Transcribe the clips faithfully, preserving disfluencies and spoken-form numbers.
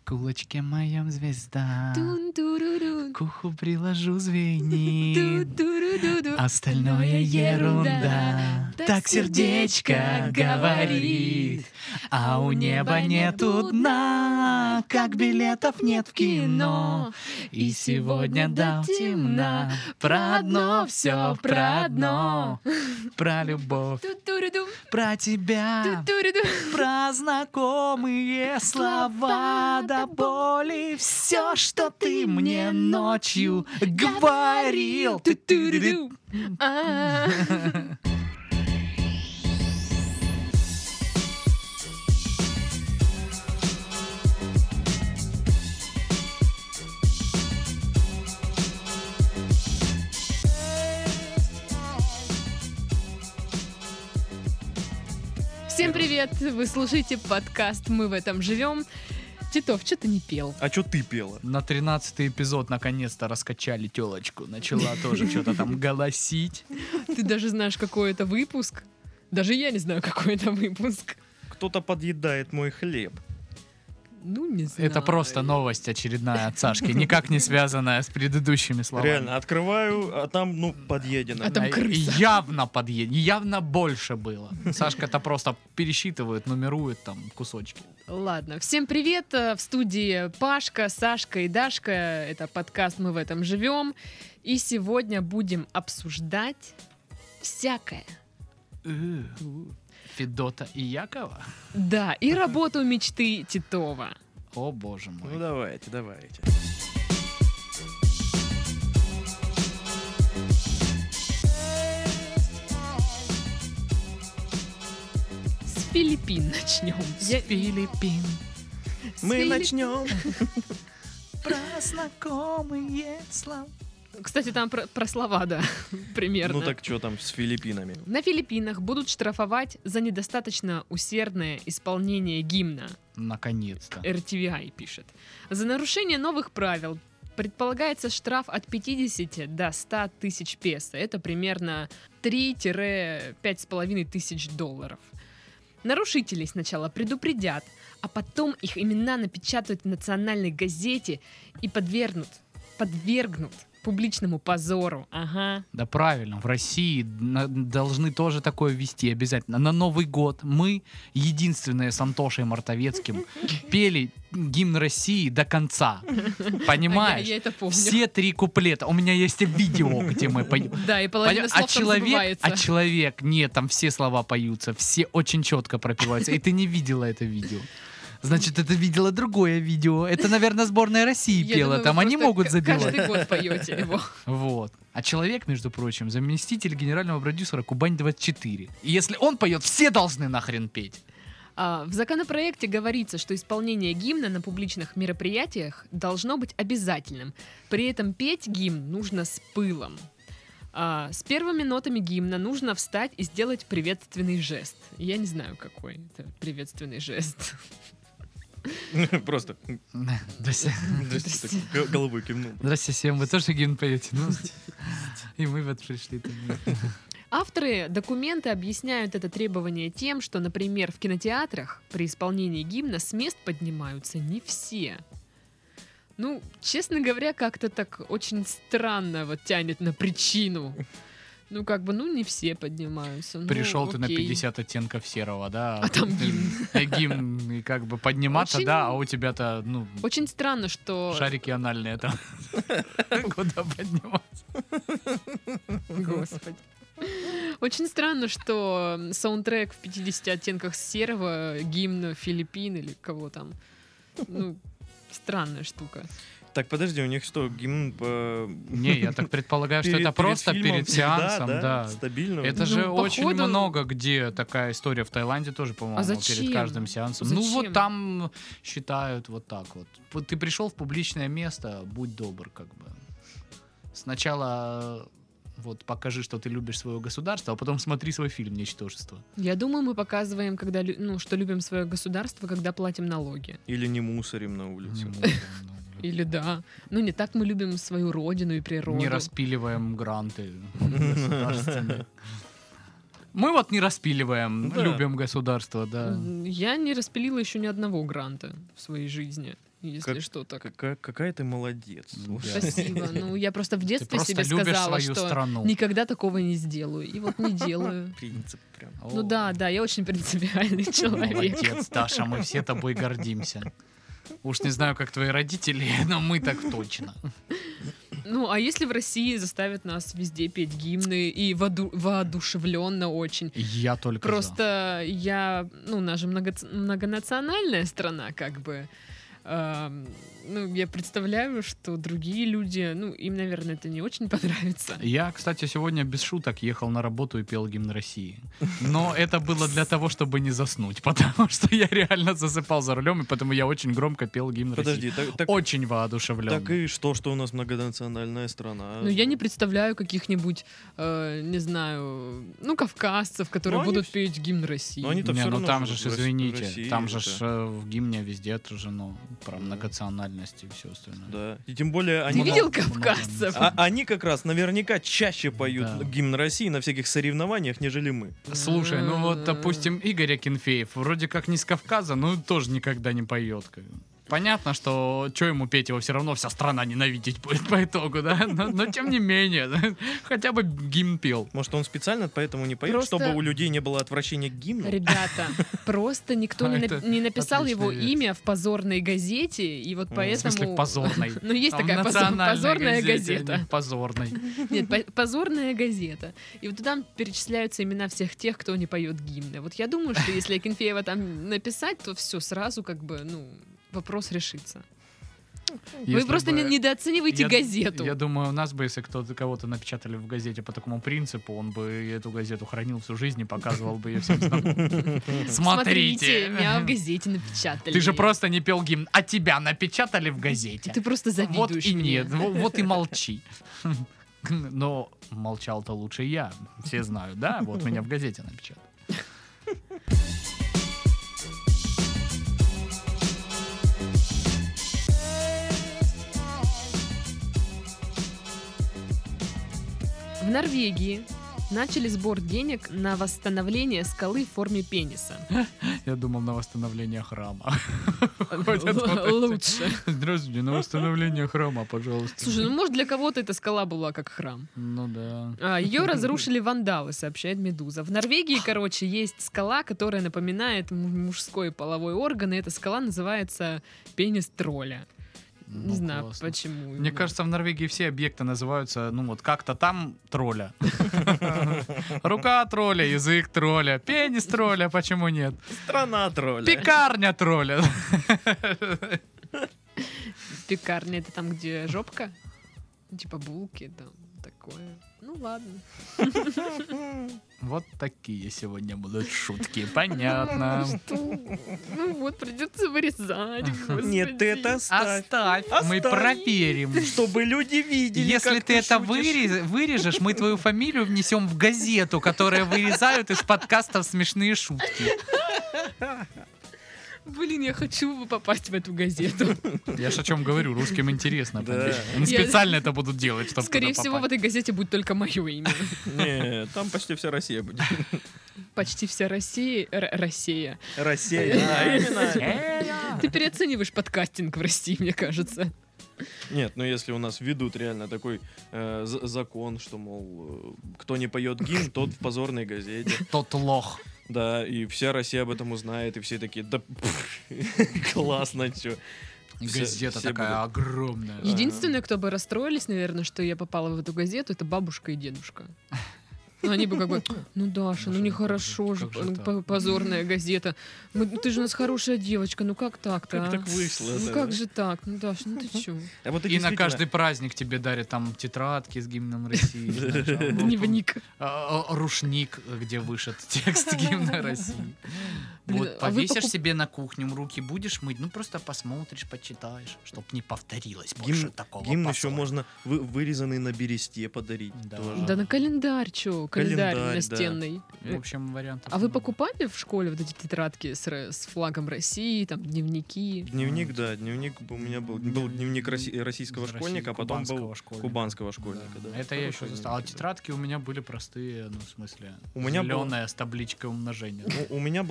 кулачке моем звезда. Тун-туру-ру. К уху приложу звенит. Ту-туру-ду-ду. Остальное ерунда. Так сердечко говорит. А у неба нету дна, как билетов нет в кино. И сегодня до темна. Про одно все, про одно. Про любовь, Ту-туру-ду. про тебя, Ту-туру-ду. про знакомые слова до боли. Все, что ты мне ночью говорил. Ту-туру-ду. А. Всем привет! Вы слушаете подкаст «Мы в этом живем». Титов, что ты не пел? А что ты пела? На тринадцатый эпизод наконец-то раскачали телочку. Начала тоже что-то там голосить. Ты даже знаешь, какой это выпуск? Даже я не знаю, какой это выпуск. Кто-то подъедает мой хлеб. Ну, не знаю. Это просто новость очередная от Сашки, никак не связанная с предыдущими словами. Реально, открываю, а там, ну, подъедено. А там А, крыса. Явно подъедет, явно больше было. Сашка-то просто пересчитывает, нумерует там кусочки. Ладно, всем привет! В студии Пашка, Сашка и Дашка. Это подкаст «Мы в этом живем». И сегодня будем обсуждать всякое. Э, Федота и Якова? Да, и работу мечты Титова. О боже мой. Ну, давайте, давайте. С Филиппин начнем. С Филиппин С Мы Филиппин. начнем. про знакомые слова. Кстати, там про, про слова, да, примерно. Ну так что там с Филиппинами? На Филиппинах будут штрафовать за недостаточно усердное исполнение гимна. Наконец-то. эр ти ви ай пишет. За нарушение новых правил предполагается штраф от пятидесяти до ста тысяч песо. Это примерно три-пять с половиной тысяч долларов. Нарушителей сначала предупредят, а потом их имена напечатают в национальной газете и подвергнут, подвергнут публичному позору. Ага. Да правильно, в России на- должны тоже такое вести обязательно. На Новый год мы, единственные с Антошей Мартовецким, пели гимн России до конца. Понимаешь? А я, я это помню. Все три куплета. У меня есть видео, где мы поем. Да, и половина Понятно? слов А там человек, забывается. а человек, нет, там все слова поются, все очень четко пропеваются. И ты не видела это видео. Значит, это видела другое видео. Это, наверное, сборная России Я пела. думаю, Там вы они просто могут к- забивать. Каждый год поете его. Вот. А человек, между прочим, заместитель генерального продюсера Кубань двадцать четыре. И если он поет, все должны нахрен петь. А, в законопроекте говорится, что исполнение гимна на публичных мероприятиях должно быть обязательным. При этом петь гимн нужно с пылом. А, с первыми нотами гимна нужно встать и сделать приветственный жест. Я не знаю, какой это приветственный жест. Просто Здрасте. здрасте, так г- головой кивнул. Здрасте всем. Вы тоже гимн поете? Ну, и мы вот пришли. Авторы документа объясняют это требование тем, что, например, в кинотеатрах при исполнении гимна с мест поднимаются не все. Ну, честно говоря, как-то так очень странно вот тянет на причину. Ну, как бы, ну, не все поднимаются. Ну, Пришел ты на окей. пятьдесят оттенков серого, да? А там Ты- гимн. э, Гимн, и как бы подниматься, Очень- да, а у тебя-то, ну, Очень странно, что... шарики анальные там. Куда подниматься? Господи. Очень странно, что саундтрек в пятидесяти оттенках серого, гимн Филиппин или кого там. Ну, странная штука. Так, подожди, у них что, гимн по... Не, я так предполагаю, что перед- это просто фильмом перед всегда, сеансом, да. Стабильно. Это Ну, же походу- очень много где такая история. В Таиланде тоже, по-моему, А зачем? перед каждым сеансом. Ну Зачем? вот там считают вот так вот. Вот ты пришел в публичное место, будь добр, как бы. Сначала вот покажи, что ты любишь свое государство, а потом смотри свой фильм «Ничтожество». Я думаю, мы показываем, когда, лю- ну, что любим свое государство, когда платим налоги. Или не мусорим на улице. Не можем, ну, Или да. Ну, не так мы любим свою родину и природу. Не распиливаем гранты государственные. Мы вот не распиливаем, Да. любим государство, да. Я не распилила еще ни одного гранта в своей жизни. если Как- что так. Какая, какая ты молодец. слушай. Да. Спасибо. Ну, я просто в Ты детстве просто себе любишь сказала, свою что страну. никогда такого не сделаю. И вот не делаю. Принцип прям. Ну да, да, я очень принципиальный человек. Молодец, Даша, мы все тобой гордимся. Уж не знаю, как твои родители, но мы так точно. Ну, а если в России заставят нас везде петь гимны и воду- воодушевленно очень? Я только за. Просто я, ну, у нас же много- многонациональная страна, как бы. Эм, ну, я представляю, что другие люди, ну, им, наверное, это не очень понравится. Я, кстати, сегодня без шуток ехал на работу и пел гимн России. Но это было для того, чтобы не заснуть, потому что я реально засыпал за рулем, и поэтому я очень громко пел гимн России. Подожди, так, так, Очень воодушевлен. так и что, что у нас многонациональная страна? Ну, я не представляю каких-нибудь, э, не знаю, ну, кавказцев, которые Ну, они будут вс- петь гимн России. Ну, они-то Не, всё ну равно там живут же, в ж, Рос- в извините, России, там же это- ж, э, в гимне везде отражено про Да. многонациональность и все остальное. Да. И тем более Ты они... много- видел много- кавказцев? А- они как раз наверняка чаще поют Да. гимн России на всяких соревнованиях, нежели мы. Слушай, ну вот, М. допустим, Игорь Акинфеев, вроде как не с Кавказа, но тоже никогда не поет. как бы. Понятно, что что ему петь, его все равно вся страна ненавидеть будет по итогу, да? Но, но тем не менее, да, хотя бы гимн пел. Может, он специально поэтому не поет, Просто- чтобы у людей не было отвращения к гимну? Ребята, просто никто А не, это нап- не написал отличная его версия. имя в позорной газете, и вот М, в В поэтому... смысле, позорной. Ну, есть Там такая позор- национальная позорная газете, газета. не позорной. Нет, по- позорная газета. И вот туда перечисляются имена всех тех, кто не поет гимны. Вот я думаю, что если Акинфеева там написать, то все сразу как бы, ну, вопрос решится. Вы Если просто бы- не- недооцениваете я- газету. Я думаю, у нас бы, если кто-то кого-то напечатали в газете по такому принципу, он бы эту газету хранил всю жизнь и показывал бы ее всем знакомым. Смотрите! меня в газете напечатали. Ты же просто не пел гимн, а тебя напечатали в газете. Ты просто завидуешь Вот и мне. нет, во- вот и молчи. Но молчал-то лучше я. Все знают, да? Вот меня в газете напечатали. В Норвегии начали сбор денег на восстановление скалы в форме пениса. Я думал на восстановление храма. Ходят вот эти. Лучше. Здравствуйте, на восстановление храма, пожалуйста. Слушай, ну может для кого-то эта скала была как храм. Ну да. А, ее разрушили вандалы, сообщает Медуза. В Норвегии, короче, есть скала, которая напоминает м- мужской половой орган, и эта скала называется пенис тролля. Не Ну, знаю, классно. почему. Мне именно. кажется, в Норвегии все объекты называются, ну вот как-то там тролля. Рука тролля, язык тролля, пенис тролля, почему нет? Страна тролля. Пекарня тролля. Пекарня — это там, где жопка? Ну, типа булки, там такое. Ну ладно. Вот такие сегодня будут шутки, понятно. Ну вот, придется вырезать. Нет, ты это оставь. Оставь, мы Оставь. проверим. Чтобы люди видели, Если как ты это шутишь. вырез- вырежешь, мы твою фамилию внесем в газету, которая вырезают из подкастов смешные шутки. Блин, я хочу попасть в эту газету. Я ж о чем говорю, русским интересно. Да. понимаешь? Они Я- специально это будут делать, чтобы Скорее туда всего, в попасть. этой газете будет только мое имя. Не, там почти вся Россия будет. Почти вся Россия... Р- Россия. Россия, да, именно. Э, Ты переоцениваешь подкастинг в России, мне кажется. Нет, ну если у нас ведут реально такой э, з- закон, что, мол, э, кто не поет гимн, тот в позорной газете. Тот лох. Да, и вся Россия об этом узнает, и все такие, да пф, классно, чё. И Все- газета все такая будут. огромная. Единственное, кто бы расстроились, наверное, что я попала в эту газету, это бабушка и дедушка. Ну, они бы как бы, ну, Даша, ну, Даша, нехорошо ну, же, как же ну, так? по- позорная газета. Мы- ну, ты же у нас хорошая девочка, ну как так-то, Как а? так вышло, Ну да? как же так? Ну, Даша, ну ты чё? А вот И на действительно, каждый праздник тебе дарят там тетрадки с гимном России. знаешь, а, ну, Дневник. а, а, рушник, где вышит текст гимна России. Блин, Вот а вы повесишь покуп- себе на кухню, руки будешь мыть, ну просто посмотришь, почитаешь, чтоб не повторилось больше гимн, такого гимн еще позора. можно вы- вырезанный на бересте подарить. Да. тоже. Да на календарь, чё? Календарь Календарь, настенный. В общем, вариантов А вы много. покупали в школе вот эти тетрадки с, р- с флагом России, там, дневники? Дневник, да, дневник у меня был, был дневник роси- российского Из школьника, а России, потом кубанского был школьника. кубанского школьника. Да. Да. Это я еще Хороший застал. А дневник, да. тетрадки у меня были простые, ну, в смысле, У меня был- зеленая с табличкой умножения. У, у меня была девяносто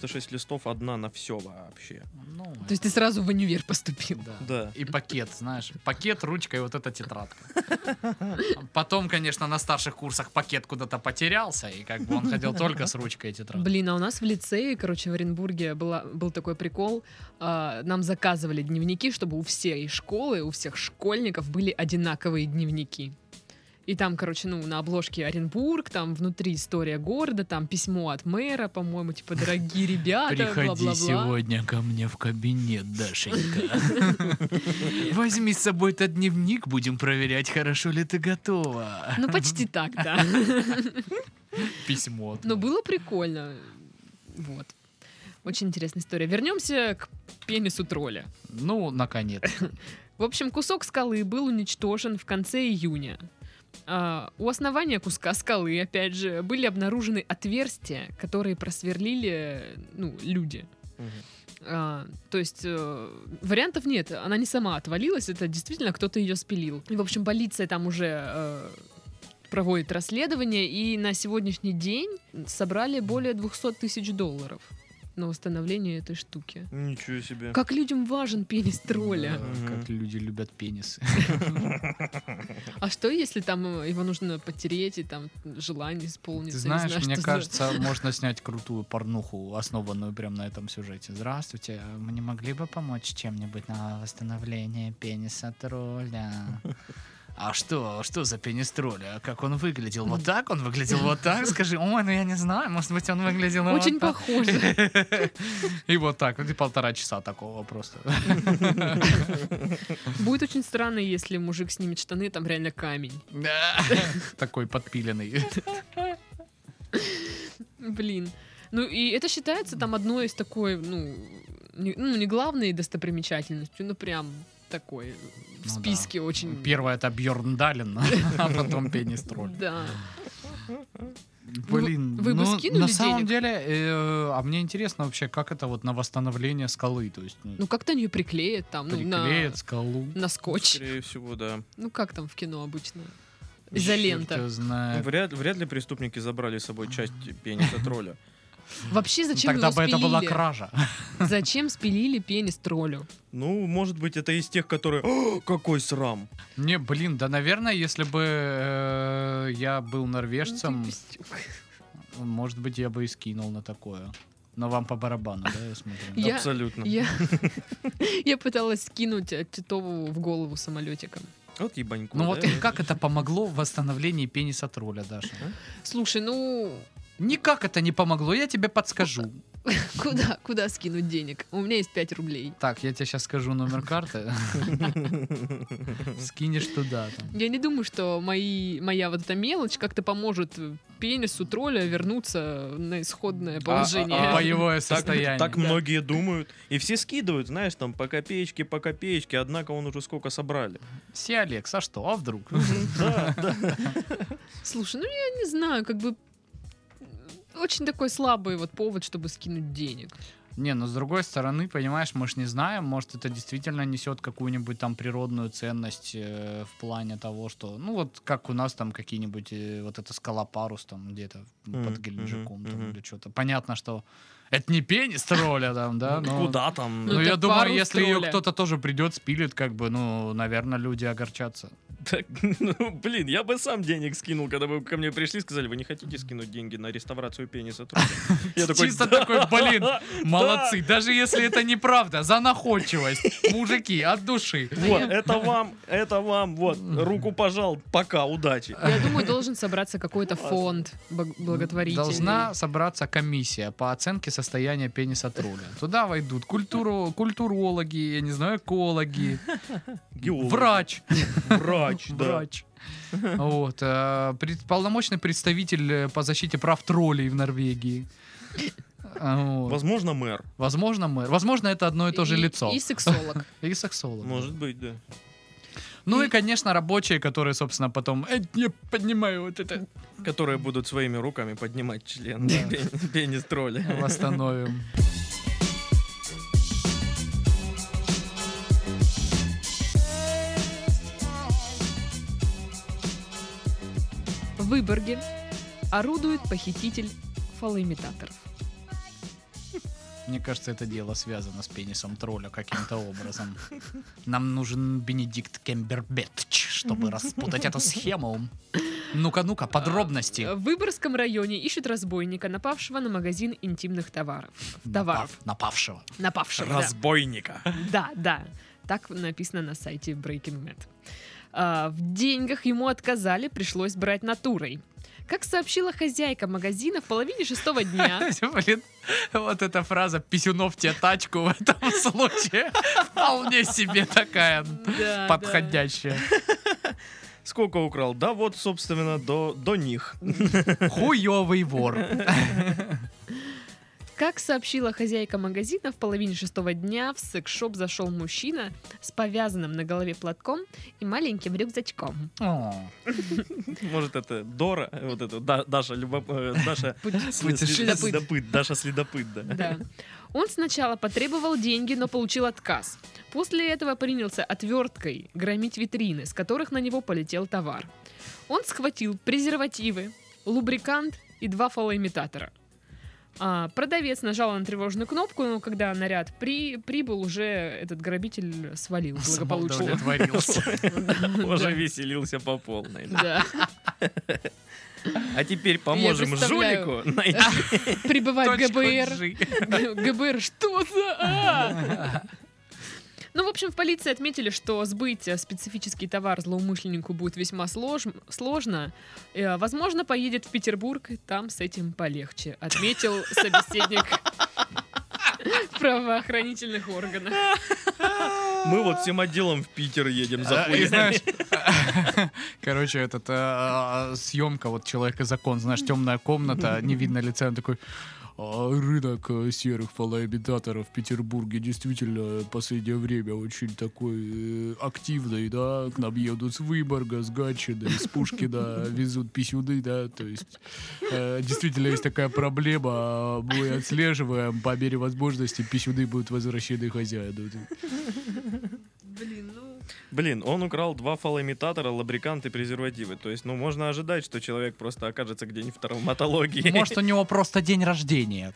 девяносто шесть листов, одна на все вообще. Ну, То есть ты сразу в универ поступил. да. Да. И пакет, знаешь, пакет, ручка и вот эта тетрадка. Потом, конечно, на старших курсах пакет куда-то потерялся, и как бы он ходил только с ручкой и тетрадкой. Блин, а у нас в лицее, короче, в Оренбурге была, был такой прикол. а, Нам заказывали дневники, чтобы у всей школы, у всех школьников были одинаковые дневники. И там, короче, ну, на обложке Оренбург, там внутри история города, там письмо от мэра, по-моему, типа, дорогие ребята, Приходи бла-бла-бла. сегодня ко мне в кабинет, Дашенька. Возьми с собой этот дневник, будем проверять, хорошо ли ты готова. Ну, почти так, да. Письмо. Но было прикольно. Вот. Очень интересная история. Вернемся к пенису тролля. Ну, наконец. В общем, кусок скалы был уничтожен в конце июня. А, у основания куска скалы, опять же, были обнаружены отверстия, которые просверлили, ну, люди. Мгм. А, то есть э, вариантов нет. Она не сама отвалилась, это действительно кто-то ее спилил. И, в общем, полиция там уже э, проводит расследование, и на сегодняшний день собрали более двухсот тысяч долларов на восстановление этой штуки. Ничего себе. Как людям важен пенис тролля. Да, Мгм. Как люди любят пенисы. А что, если там э, его нужно потереть, и там желание Ты исполнится? Не знаешь, знаю, мне что за- кажется, можно снять крутую порнуху, основанную прямо на этом сюжете. Здравствуйте, мы не могли бы помочь чем-нибудь на восстановление пениса тролля? А что, что за пенис тролля? Как он выглядел? Вот так он выглядел? Вот так? Скажи, ой, ну я не знаю, может быть, он выглядел вот Очень так. похоже. И вот так, вот и полтора часа такого просто. Будет очень странно, если мужик снимет штаны, там реально камень. Такой подпиленный. Блин. Ну и это считается там одной из такой, ну, не, ну, не главной достопримечательностью, но прям такой в Ну да. списке очень... Первое это Бьорн Далин, а потом пенис тролль. Да. Блин, вы бы ну, скинули на самом денег? деле, э, а мне интересно вообще, как это вот на восстановление скалы, то есть ну, Ну как-то они ее приклеят там, ну, на, приклеят скалу. на скотч. Скорее всего, да. Ну как там в кино обычно? Черт Изолента. его Ну, знает. Вряд, вряд ли преступники забрали с собой часть пениса тролля. Вообще зачем Тогда его бы это была спилили? кража. Зачем спилили пенис троллю? Ну, может быть, это из тех, которые... «О, какой срам! Не, блин, да, наверное, если бы э, я был норвежцем, Ну, ты пиздюк. может быть, я бы и скинул на такое. Но вам по барабану, да, я смотрю? Я- Абсолютно. Я, я пыталась скинуть э, Титову в голову самолетиком. Вот ебаньку, Ну да? вот и как это помогло в восстановлении пениса тролля, Даша? Слушай, ну Никак это не помогло, я тебе подскажу. куда, куда скинуть денег? У меня есть пять рублей. Так, я тебе сейчас скажу номер карты. Скинешь туда. там. Я не думаю, что мои, моя вот эта мелочь как-то поможет пенису тролля вернуться на исходное положение. а- Боевое Так, состояние. так многие думают. И все скидывают, знаешь, там по копеечке, по копеечке, однако он уже сколько собрали. Все, Алекс, а что? А вдруг? Да, да. Слушай, ну я не знаю, как бы очень такой слабый вот повод, чтобы скинуть денег. Не, но с другой стороны, понимаешь, мы ж не знаем, может, это действительно несет какую-нибудь там природную ценность э, в плане того, что, ну вот как у нас там какие-нибудь, э, вот эта скала Парус там где-то Мгм, под Геленджиком мгм, там, мгм. или что-то. Понятно, что это не пенис тролля там, да, но... Куда там? Ну, Ну, я это думаю, Парус если ее тролля. кто-то тоже придет, спилит, как бы, ну, наверное, люди огорчатся. Так, ну, блин, я бы сам денег скинул, когда вы ко мне пришли, сказали, вы не хотите скинуть деньги на реставрацию пениса тролля? Я такой, Чисто «Да, такой, блин, молодцы. Даже если это неправда, за находчивость. Мужики, от души. Вот, это вам, это вам, вот, руку пожал, пока, удачи. Я думаю, должен собраться какой-то фонд бог- благотворительный. Должна собраться комиссия по оценке состояния пениса тролля. Туда войдут культуру, культурологи, я не знаю, экологи, Геолог. врач. Врач, да. Врач. Вот. э, пред- Полномочный представитель э, по защите прав троллей в Норвегии. А, вот. Возможно, мэр. Возможно, мэр. Возможно, это одно и то же И- лицо. И сексолог. И сексолог. Может быть, да. Ну и, И- конечно, рабочие, которые, собственно, потом «Э, я поднимаю вот это, Которые будут своими руками поднимать член. Да. пен- Пенис тролля. восстановим. В Выборге орудует похититель фалоимитаторов. Мне кажется, это дело связано с пенисом тролля каким-то образом. Нам нужен Бенедикт Камбербэтч, чтобы распутать эту схему. Ну-ка, ну-ка, подробности. В Выборгском районе ищут разбойника, напавшего на магазин интимных товаров. Товаров. Напав- напавшего. Напавшего, да. Разбойника. Да, да. Так написано на сайте Breaking Mad. А, в деньгах ему отказали, пришлось брать натурой. Как сообщила хозяйка магазина, в половине шестого дня... Блин, вот эта фраза «писюнов тебе тачку» в этом случае вполне себе такая Да, подходящая. Сколько украл? Да вот, собственно, до, до них. Хуёвый вор. Как сообщила хозяйка магазина, в половине шестого дня в секс-шоп зашел мужчина с повязанным на голове платком и маленьким рюкзачком. О, Может, это Дора, вот это, Да- Даша, любоп... э, Даша Путь- след- следопыт. следопыт, Даша следопыт, да. Да. Он сначала потребовал деньги, но получил отказ. После этого принялся отверткой громить витрины, с которых на него полетел товар. Он схватил презервативы, лубрикант и два фалоимитатора. А, продавец нажал на тревожную кнопку, но когда наряд при, прибыл, уже этот грабитель свалил благополучно. удовлетворился. Уже Да. веселился по полной. да. Да. А теперь поможем представляю. жулику найти. Прибывает Точку ГБР. G. ГБР, что за... а? Ну, в общем, в полиции отметили, что сбыть э, специфический товар злоумышленнику будет весьма слож- сложно. Э, Возможно, поедет в Петербург, там с этим полегче, отметил собеседник в правоохранительных органах. Мы вот всем отделом в Питер едем за А, и хуями. знаешь, короче, этот а, съемка, вот «Человек и закон», знаешь, темная комната, не видно лица, он такой: «А, рынок э, серых фалоимитаторов в Петербурге действительно в последнее время очень такой э, активный, да, к нам едут с Выборга, с Гатчины, с Пушкина, везут писюны, да, то есть э, действительно есть такая проблема, мы отслеживаем, по мере возможности писюны будут возвращены хозяину». Блин, ну... Блин, он украл два фалоимитатора, лабрикант и презервативы. То есть, ну, можно ожидать, что человек просто окажется где-нибудь в травматологии. Может, у него просто день рождения.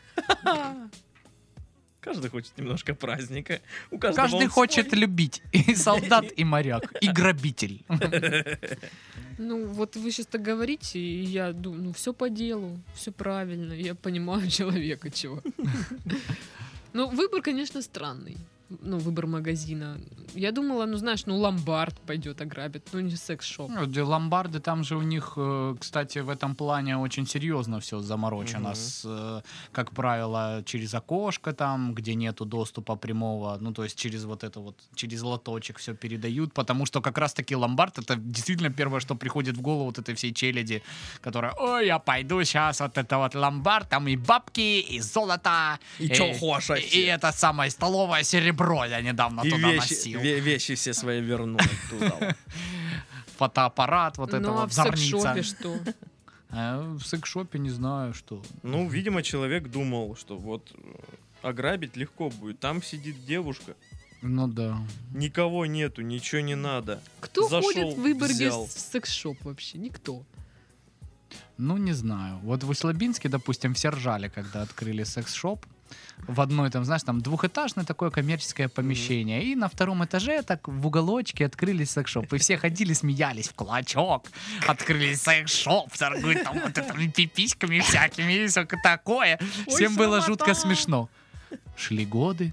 Каждый хочет немножко праздника. У каждого Каждый он хочет свой. любить. И солдат, и моряк, и грабитель. Ну, вот вы сейчас так говорите, и я думаю, ну, все по делу, все правильно, я понимаю человека, чего. Ну, выбор, конечно, странный. Ну, выбор магазина. Я думала, ну, знаешь, ну, ломбард пойдет ограбит, ну, не секс-шоп. Ну, где ломбарды, там же у них, э, кстати, в этом плане очень серьезно все заморочено. Мгм. С, э, как правило, через окошко там, где нету доступа прямого, ну, то есть через вот это вот, через лоточек все передают, потому что как раз-таки ломбард — это действительно первое, что приходит в голову вот этой всей челяди, которая: ой, я пойду сейчас вот это вот ломбард, там и бабки, и золото, И чё хочешь? и, и это самое столовое серебро я недавно И туда вещи, носил. ве- вещи все свои вернул туда. Фотоаппарат, вот это Ну, а вот в зорница. секс-шопе что? А в секс-шопе не знаю, что. Ну, видимо, человек думал, что вот э, ограбить легко будет. Там сидит девушка, Ну да. никого нету, ничего не надо. Кто Зашел, ходит в Выборге взял. в секс-шоп вообще? Никто. Ну, не знаю. Вот в Услабинске, допустим, все ржали, когда открыли секс-шоп. В одной там, знаешь, там двухэтажное такое коммерческое помещение. И на втором этаже так в уголочке открыли секс-шоп. И все ходили, смеялись в кулачок. Открыли секс-шоп, торгуют там вот этими пиписьками всякими и все такое. Всем было жутко смешно. Шли годы.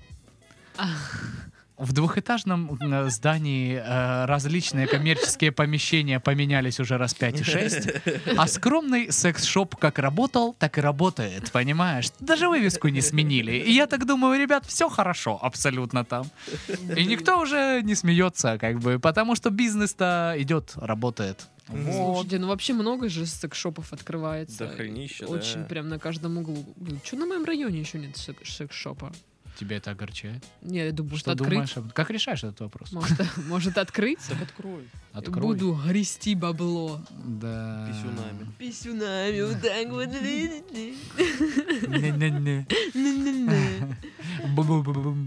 В двухэтажном э, здании э, различные коммерческие помещения поменялись уже раз пять и шесть, а скромный секс-шоп как работал, так и работает, понимаешь? Даже вывеску не сменили. И я так думаю, ребят, все хорошо абсолютно там. И никто уже не смеется, как бы, потому что бизнес-то идет, работает. Вот. Слушайте, ну вообще много же секс-шопов открывается. Да хренища, да. Очень прям на каждом углу. Что на моем районе еще нет сек- секс-шопа? Тебя это огорчает? Не, я думаю, Что может открыть. думаешь? об- Как решаешь этот вопрос? Может, может открыть? Так открой. Открой. Буду грести бабло. Да. Писюнами. Писюнами вот так вот. Не-не-не. Бу-бу-бу-бум.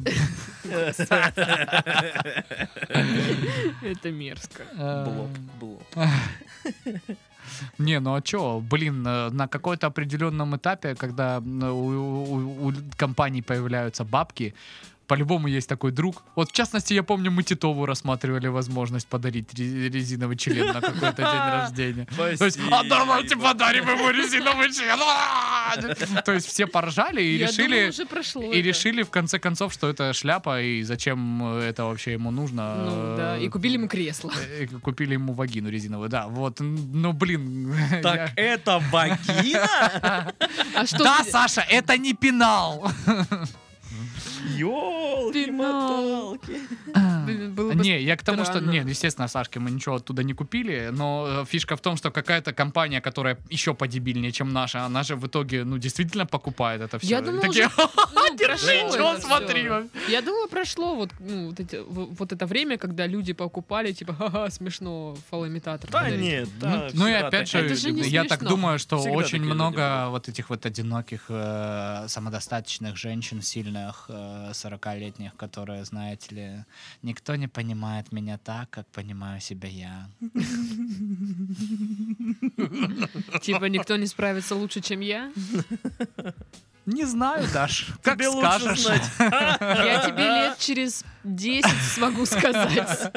Это мерзко. А, Блок, блок. Не, ну а чё, блин, э, на какой-то определенном этапе, когда м, у, у- у компаний появляются бабки, по-любому есть такой друг. Вот в частности, я помню, мы Титову рассматривали возможность подарить ре- резиновый член на какой-то день рождения. То есть, а давайте подарим ему резиновый член. А! То есть все поржали и Я решили... думала, уже прошло И это. решили в конце концов, что это шляпа, и зачем это вообще ему нужно. Ну да, и купили ему кресло. Э, и купили ему вагину резиновую, да. Вот, ну блин. Так я- это вагина? А что Да, ты- Саша, это не пенал. Ёлки-моталки. Блин, было бы Не, я к тому, что, странно. не, естественно, Сашке мы ничего оттуда не купили, но э, фишка в том, что какая-то компания, которая еще подебильнее, чем наша, она же в итоге, ну, действительно покупает это все. Я думала, Такие, Ну, держи, прошло чё, это смотри. всё. Я думала, прошло вот, ну, вот, эти- в- вот это время, когда люди покупали, типа, ха-ха, смешно, фалоимитатор. Да подарить. нет, Ну, да. ну и всегда опять же, такие Это же не люди я будут. так смешно. думаю, что Всегда очень такие люди много будут. вот этих вот одиноких, э, самодостаточных женщин, сильных, э, сорокалетних, которые, знаете ли, никто не понимает меня так, как понимаю себя я. Типа, никто не справится лучше, чем я. Не знаю, Даш, как Тебе лучше скажешь. знать. Я тебе лет через десять смогу сказать.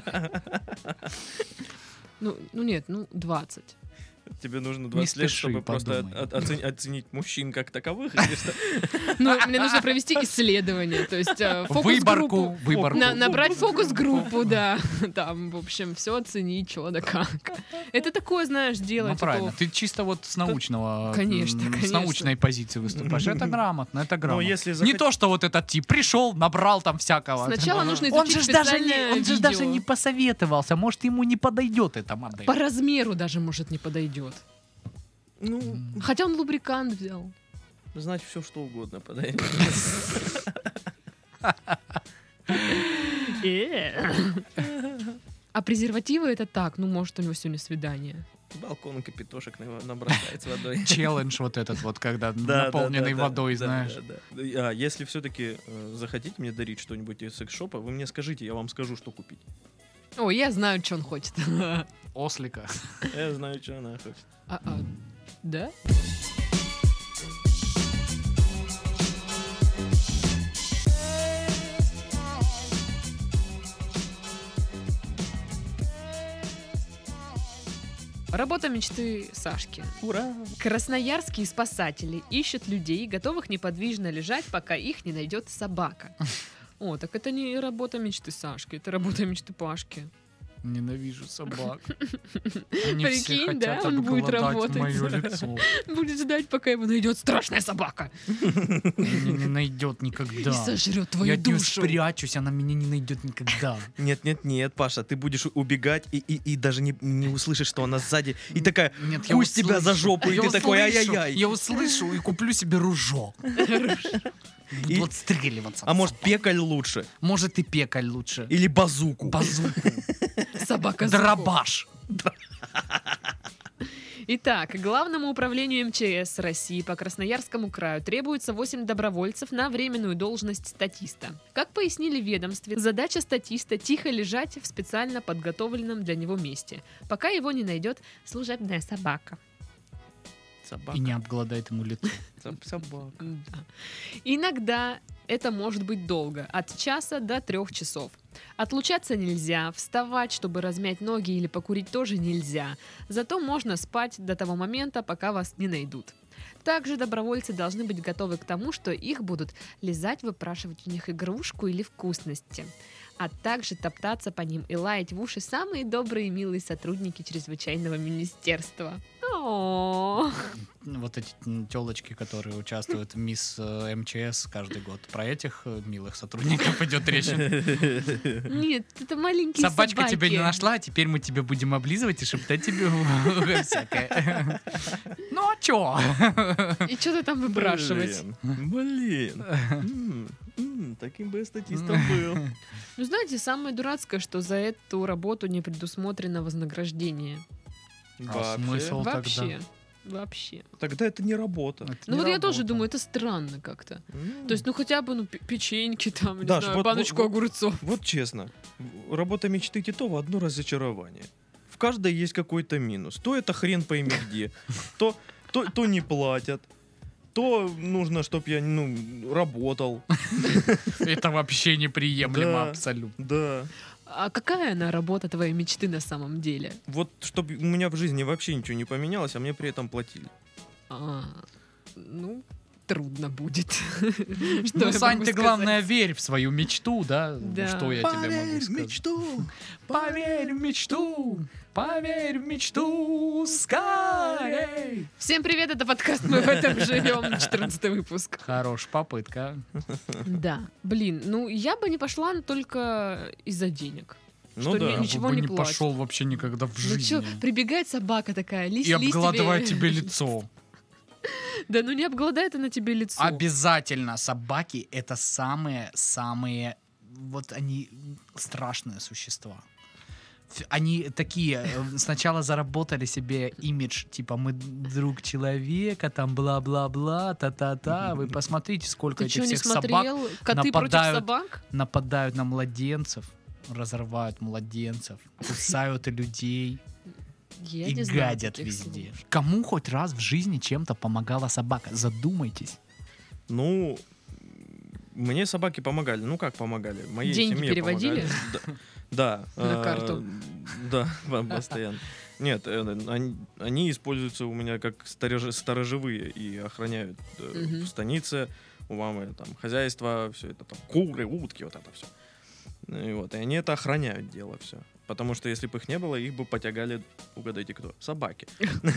Ну, ну нет, ну двадцать. Тебе нужно двадцать лет, спеши, чтобы просто подумай. от- оцени- оценить мужчин как таковых. или что? Ну, мне нужно провести исследование, то есть э, фокус-группу. Выборку, выборку. На- набрать фокус-группу, да. Там, в общем, все оценить, что да как. Это такое, знаешь, дело. Ну типа, правильно, ты чисто вот с научного, Конечно, м, с конечно. научной позиции выступаешь. Это грамотно, это Но грамотно. если Не захот- то, что вот этот тип пришел, набрал там всякого. Сначала Ага. нужно Он изучить же даже не, специальное он же даже видео. не посоветовался, может ему не подойдет эта модель. По размеру даже, может, не подойдет. Ну, Хотя он лубрикант взял. знать все, что угодно подарить. А презервативы это так, ну, может, у него сегодня свидание. Балкон капитошек на- набросает с водой. Челлендж вот этот вот, когда Да, наполненный да, да, водой, да, знаешь. да, да. А если все-таки захотите мне дарить что-нибудь из секс-шопа, вы мне скажите, я вам скажу, что купить. Ой, я знаю, что он хочет. Ослика. Я знаю, что она хочет. А, а, да? Работа мечты Сашки. Ура! Красноярские спасатели ищут людей, готовых неподвижно лежать, пока их не найдет собака. О, так это не работа мечты Сашки, это работа мечты Пашки. Ненавижу собак. Они все Прикинь, да, хотят он будет обглодать работать. мое лицо. Будет ждать, пока его найдет страшная собака. Меня не найдет И никогда. сожрет твою Я от нее душу. спрячусь, она меня не найдет никогда. Нет, нет, нет, Паша, ты будешь убегать и, и, и даже не, не услышишь, что она сзади. И такая, Нет, я пусть тебя за услышу. жопу, и Я ты такой, услышу, ай-яй-яй. Я услышу и куплю себе ружок. Буду И- отстреливаться. А может, пекаль лучше? Может и пекаль лучше. Или базуку? Базуку. Собака Зуко. Дробаш. Итак, Главному управлению МЧС России по Красноярскому краю требуется восемь добровольцев на временную должность статиста. Как пояснили в ведомстве, задача статиста тихо лежать в специально подготовленном для него месте, пока его не найдет служебная собака. Собака. И не обгладает ему лицо. Соб- Собака. Да. Иногда это может быть долго, от часа до трех часов. Отлучаться нельзя, вставать, чтобы размять ноги или покурить тоже нельзя. Зато можно спать до того момента, пока вас не найдут. Также добровольцы должны быть готовы к тому, что их будут лизать, выпрашивать у них игрушку или вкусности, а также топтаться по ним и лаять в уши самые добрые и милые сотрудники чрезвычайного министерства. О, Вот эти телочки, которые участвуют в Мисс э, МЧС каждый год. Про этих э, милых сотрудников идет речь. нет, это маленькие Собачка собаки. тебя не нашла, а теперь мы тебя будем облизывать и шептать тебе в ухо всякое. Ну а чё? И что ты там выпрашивать? Блин, блин. М, м, Таким бы я статистом был. Ну, знаете, самое дурацкое, что за эту работу не предусмотрено вознаграждение. А смысл? тогда? Вообще. Вообще. Тогда это не работа. Это Ну не вот я тоже работа. думаю, это странно как-то. М. То есть, ну хотя бы ну, пе- печеньки там, не Даш, знаю, вот- баночку вот- огурцов. Вот честно, в- работа мечты Титова одно разочарование. в каждой есть какой-то минус. То это хрен пойми где, то, то, то не платят, то нужно, чтобы я ну, работал. Это вообще неприемлемо Да. абсолютно. Да. А какая она работа твоей мечты на самом деле? Вот, чтобы у меня в жизни вообще ничего не поменялось, а мне при этом платили. А, ну, трудно будет. Что Ну, я Сань, могу ты главное сказать? верь в свою мечту, да? Да. Что я тебе могу сказать? мечту. Поверь в мечту, поверь в мечту, скорей. Всем привет, это подкаст «Мы в этом живем», четырнадцатый выпуск. Хорошая попытка. Да, блин, ну я бы не пошла только из-за денег. Ну Что да. не- ничего Я бы не не платит. пошел вообще никогда в Ну жизни. что, прибегает собака такая, лись, И лись обгладывает тебе. тебе лицо. Да ну не обгладает она тебе лицо. Обязательно собаки — это самые-самые... Вот они страшные существа. Ф- Они такие, э, сначала заработали себе имидж, типа, мы друг человека, там, бла-бла-бла, та-та-та. Вы посмотрите, сколько Ты этих что, не всех собак смотрел? Коты против нападают. собак? нападают на младенцев, разрывают младенцев, кусают людей Я и не знаю гадят таких везде. слов. Кому хоть раз в жизни чем-то помогала собака? Задумайтесь. Ну, мне собаки помогали. Ну как помогали? Моей Деньги семье переводили? помогали. Да. да, На э, карту? Да, постоянно. Нет, э, они, они используются у меня как сторож- сторожевые и охраняют э, Мгм. в станице. У мамы там хозяйство, все это там куры, утки, вот это все. И вот, и они это охраняют дело все. Потому что если бы их не было, их бы потягали, угадайте кто, собаки.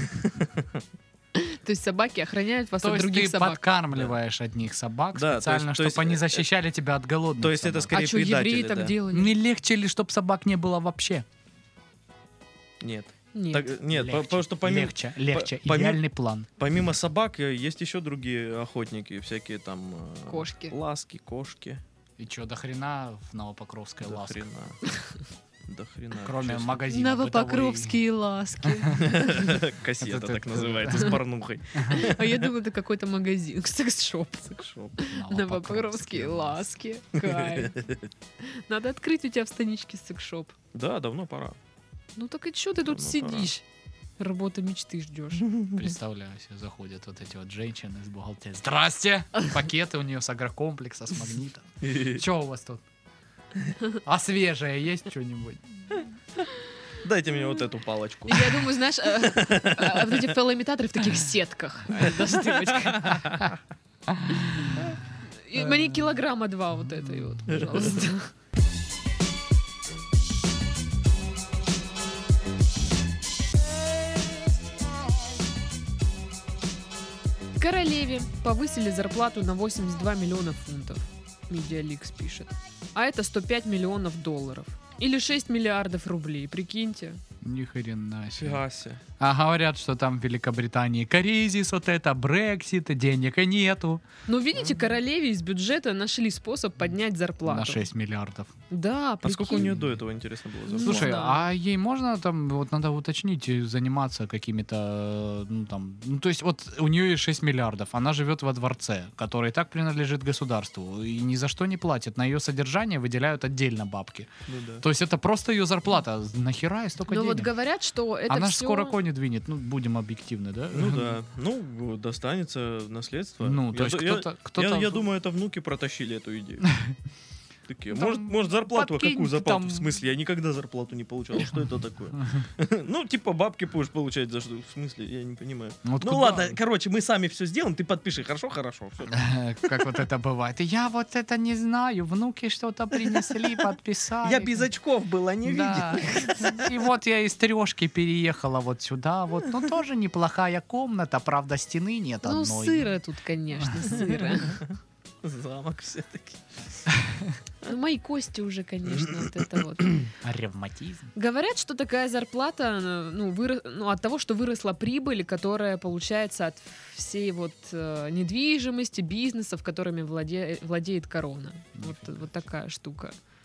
То есть собаки охраняют вас То от есть других ты собак. подкармливаешь одних собак Да, то специально, есть- то есть, чтобы они э, защищали тебя от голодных То есть это собак. скорее А что, евреи предатели, так да. делали? Не легче ли, чтобы собак не было вообще? Нет. Нет. Так, э, нет, по- Легче, потому что помимо, легче, легче. по- помимо- Идеальный план. помимо собак э, есть еще другие охотники, всякие там э, Кошки. ласки, кошки. И что, до хрена в Новопокровской До ласке? хрена. До хрена. Кроме честно. магазина Новопокровские ласки. Кассета Это так ты- называется, с порнухой. А я думала, это какой-то магазин, секс-шоп. Секс-шоп. Новопокровские ласки. Кайф. Надо открыть у тебя в станичке секс-шоп. Да, давно пора. Ну так и что ты тут Ну, сидишь? Работа мечты ждешь. Представляю себе, заходят вот эти вот женщины из бухгалтерии. Здрасте! Пакеты у нее с агрокомплекса, с магнитом. Что у вас тут? А свежее есть что-нибудь? Дайте мне вот эту палочку. И я думаю, знаешь, э, э, вот эти фалоимитаторы в таких сетках э, должны быть. И мне килограмма два вот этой вот, пожалуйста. Королеве повысили зарплату на восемьдесят два миллиона фунтов. Медиаликс пишет. А это сто пять миллионов долларов. Или шесть миллиардов рублей, прикиньте. Ни хрена себе. Фига себе. А говорят, что там в Великобритании кризис, вот это, Брексит, денег и нету. Ну, видите, королеве из бюджета нашли способ поднять зарплату. На шесть миллиардов. Да, А прикинь. сколько у нее до этого, интересно было? зарплата? Слушай, знаю. а ей можно там, вот надо уточнить, э, заниматься какими-то, ну там, ну то есть вот у нее есть шесть миллиардов, она живет во дворце, который и так принадлежит государству, и ни за что не платит, на ее содержание выделяют отдельно бабки. Ну да. То есть это просто ее зарплата, нахера ей столько Ну денег? вот говорят, что это Она же всё- скоро кони двинет, ну будем объективны, да? Ну да. Ну, достанется наследство. Ну, то Я есть ду- я- кто-то... кто-то Я, я в- думаю, это внуки протащили эту идею. Такие, Там может, может зарплату, а подкинь какую зарплату? там- В смысле, я никогда зарплату не получал. Что это такое? Ну, типа бабки будешь получать за что? В смысле, я не понимаю. Вот Ну куда- ладно, короче, мы сами все сделаем, ты подпиши, хорошо, хорошо. всё. Как вот это бывает. Я вот это не знаю, внуки что-то принесли, подписали. Я без очков была, не Да. видел. И вот я из трешки переехала вот сюда. Вот, ну тоже неплохая комната, правда стены нет Ну, одной. сыро тут, конечно, сыро. Замок все-таки. Ну, мои кости уже, конечно, вот это вот. А ревматизм. Говорят, что такая зарплата, ну, выро- ну, от того, что выросла прибыль, которая получается от всей вот э, недвижимости, бизнесов, которыми владе- владеет корона. Вот, Нифига вот такая штука.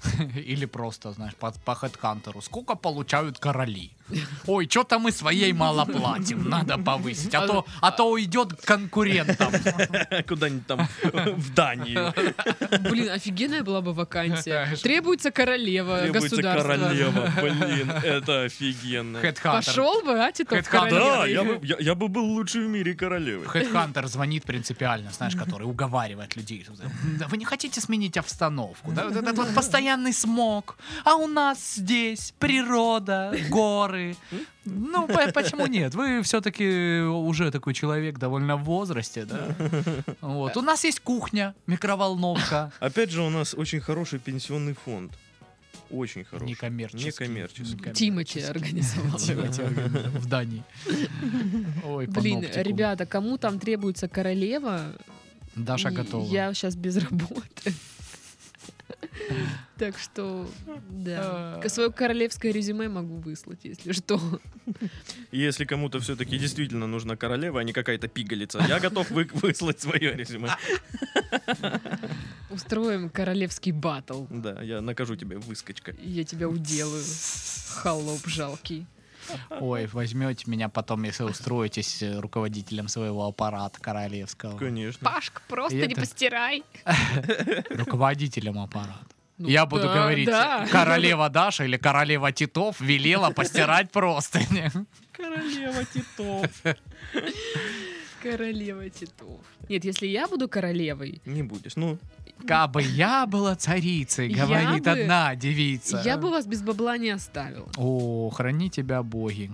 Или просто, знаешь, по, по хедхантеру. Сколько получают короли? Ой, что-то мы своей мало платим, надо повысить. А то, а то уйдет к конкурентам. Куда-нибудь там в Данию. Блин, офигенная была бы вакансия. Требуется королева Требуется государства. королева. Блин, это офигенно. Хедхантер. Пошел бы, а, Титов, Хедхантер. Да, королевой? я бы, я, я бы был лучший в мире королевой. Хедхантер звонит принципиально, знаешь, который уговаривает людей. Да вы не хотите сменить обстановку? Да? Вот этот вот постоянный смог. А у нас здесь природа, горы. Ну, по- почему нет? Вы все-таки уже такой человек довольно в возрасте, да? Вот. У нас есть кухня, микроволновка. Опять же, у нас очень хороший пенсионный фонд. Очень хороший. Некоммерческий. Некоммерческий. Тимати организовал. Тимати организовал. В Дании. Ой, Блин, паноптикум. ребята, кому там требуется королева? Даша и- готова. Я сейчас без работы. Так что, да. Свое королевское резюме могу выслать, если что. И если кому-то все-таки действительно нужна королева, а не какая-то пигалица, я готов вы- выслать свое резюме. Устроим королевский баттл. Да, я накажу тебя, выскочка. Я тебя уделаю, холоп жалкий. Ой, возьмете меня потом, если устроитесь э, руководителем своего аппарата королевского. Конечно. Пашка, просто И не это- постирай. Руководителем аппарата. Ну Я буду да, говорить, да. королева Даша или королева Титов велела постирать простыни. Королева Титов. Королева Титов. Нет, если я буду королевой, Не будешь. Ну, Кабы я была царицей, Я говорит бы- одна девица. я бы вас без бабла не оставила. О, храни тебя боги.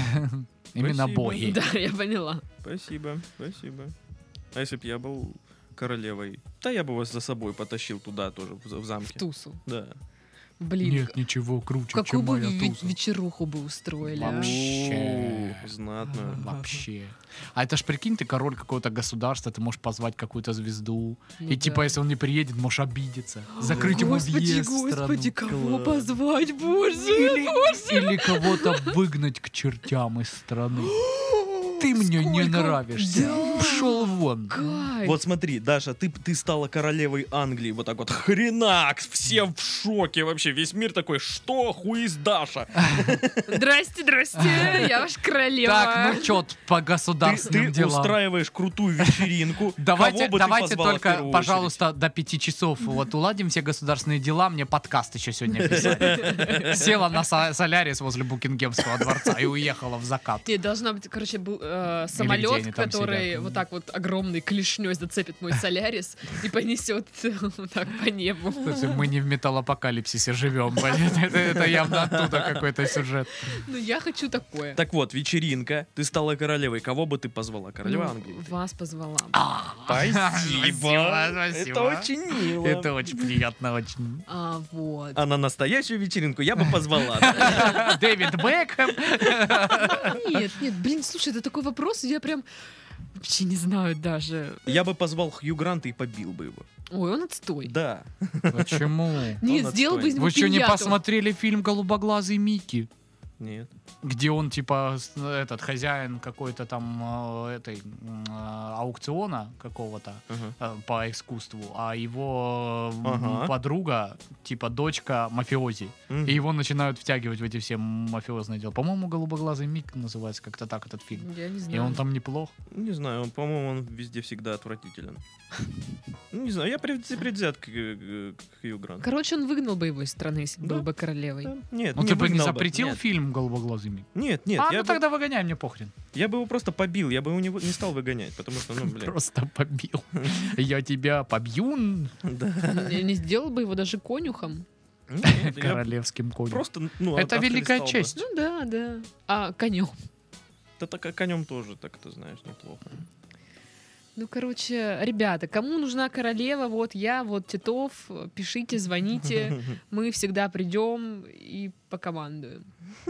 Именно Спасибо. боги. Да, я поняла. спасибо, спасибо. А если б я был королевой, да я бы вас за собой потащил туда тоже, в, за- в В замке. тусу. Да. Блин, Нет ничего круче, какую чем бы моя ве- туса. вечеруху бы устроили. а? Вообще. О, знатно. Вообще. А это ж прикинь, ты король какого-то государства, ты можешь позвать какую-то звезду. Ну И да. типа, если он не приедет, можешь обидеться. Закрыть ему Господи, въезд в господи, страну. кого Класс. позвать, боже? Или, или кого-то выгнать к чертям из страны. Ты мне не Сколько? нравишься. Да. Пшел вон. Кайф. Вот смотри, Даша, ты, ты стала королевой Англии, вот так вот, хренак, все в шоке вообще, весь мир такой, что, хуиз Даша? Здрасте, здрасте, я ваш королева. Так, ну чё, по Ты, государственным ты делам. устраиваешь крутую вечеринку, Давайте, кого бы давайте ты позвала в только, первую пожалуйста, до пяти часов вот уладим все государственные дела. Мне подкаст еще сегодня писать. Села на Со- Солярис возле Букингемского дворца и уехала в закат. Нет, должна быть, короче, был э, где самолет, они там который сидят? вот так вот огромный клешней зацепит мой Солярис и понесет вот так по небу. Слушай, мы не в металлопокалипсисе живем, понятно? Это, это явно оттуда какой-то сюжет. Ну, я хочу такое. Так вот, вечеринка, ты стала королевой, кого бы ты позвала? Королева Ну, Англии? Вас позвала. Спасибо. Спасибо, Это спасибо. очень мило. Это очень приятно, очень. А, вот. А на настоящую вечеринку я бы позвала. да. Дэвид Бекхэм. Нет, нет, блин, слушай, это такой вопрос, я прям вообще не знаю даже. Я бы позвал Хью Гранта и побил бы его. Ой, он отстой. Да. Почему? Нет, Он сделал бы отстой. из него Вы что, не пиньяту. посмотрели фильм «Голубоглазый Микки»? Нет. Где он, типа, с- этот хозяин какой-то там э, этой м, э, аукциона какого-то Ага. э, по искусству, а его м, Ага. подруга, типа, дочка мафиози. Мгм. И его начинают втягивать в эти все мафиозные дела. По-моему, «Голубоглазый Мик» называется как-то так этот фильм. Я не И знаю. он там неплох. Не знаю, он, по-моему, он везде всегда отвратителен. Ну, не знаю, я пред- предвзят к, к- к Хью Гранту. Короче, он выгнал бы его из страны, если бы Да. был бы королевой. Да. Нет, Ну не ты бы не выгнал бы. запретил Нет. фильм «Голубоглазый Мик»? Нет, нет, а, я, ну бы, тогда выгоняй, мне похрен. я бы его просто побил, я бы его не, вы- не стал выгонять, потому что, ну, блин. Просто побил. Я тебя побью Да. Не, не сделал бы его даже конюхом. Нет, я королевским конем. просто, ну, Это от- великая отхлестал бы. честь. Ну да, да. А конем. Да так, а конем тоже, так ты знаешь, неплохо. Ну, короче, ребята, кому нужна королева, вот я, вот Титов, пишите, звоните, мы всегда придем и покомандуем.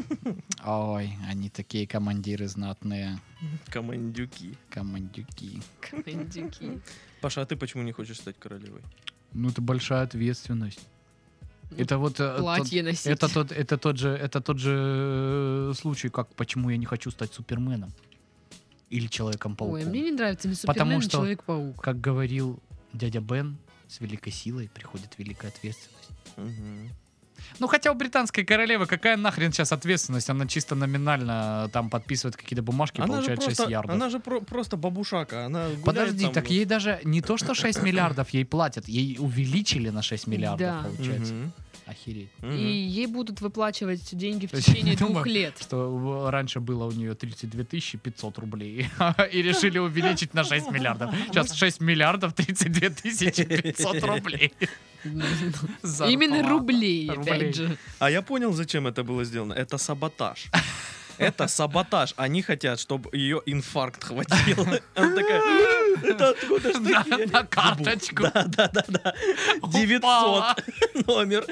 Ой, они такие командиры знатные. Командюки. Командюки. Командюки. Паша, а ты почему не хочешь стать королевой? Ну, это большая ответственность. Это вот э, Платье тот- носить. это тот, это тот же, это тот же э, случай, как почему я не хочу стать Суперменом или Человеком-пауком. Ой, мне не нравится ни Потому Супермен, ни что- Человек-паук. Как говорил дядя Бен, С великой силой приходит великая ответственность. Мгм. Ну, хотя у британской королевы какая нахрен сейчас ответственность? Она чисто номинально там подписывает какие-то бумажки и Она же получает шесть просто, ярдов. она же про- просто бабушака. Она гуляет Подожди, там так вот. ей даже не то, что шесть миллиардов ей платят, ей увеличили на шесть миллиардов, Да. получается. Мгм. Охереть. Мгм. И ей будут выплачивать деньги в То есть течение я двух думаю, лет. Что в- раньше было у нее тридцать две тысячи пятьсот рублей, и решили увеличить на шесть миллиардов. Сейчас шесть миллиардов тридцать две тысячи пятьсот рублей. Именно Зарплата. рублей, Рублей. опять же. А я понял, зачем это было сделано. Это саботаж. Это саботаж. Они хотят, чтобы ее инфаркт хватил. Она такая, это откуда ж На такие? на карточку. Да, да, да, да. девятьсот Упала. номер.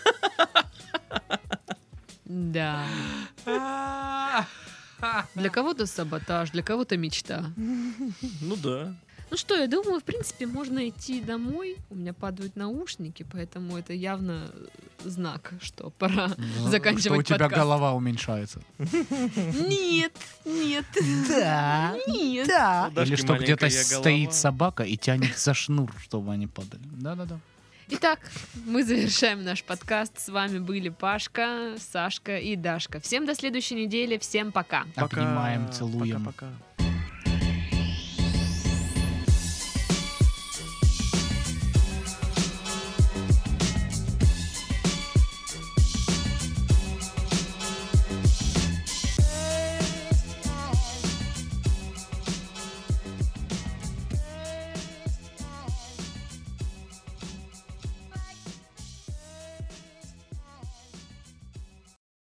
Да. Для кого-то саботаж, для кого-то мечта. Ну да. Ну что, я думаю, в принципе, можно идти домой. У меня падают наушники, поэтому это явно знак, что пора Ну, заканчивать Что у тебя подкаст. голова уменьшается. Нет, нет, Да. нет. Да. У Дашки Или что где-то маленькая голова. стоит собака и тянет за шнур, чтобы они падали. Да-да-да. Итак, мы завершаем наш подкаст. С вами были Пашка, Сашка и Дашка. Всем до следующей недели. Всем пока. Пока. Обнимаем, целуем. Пока-пока.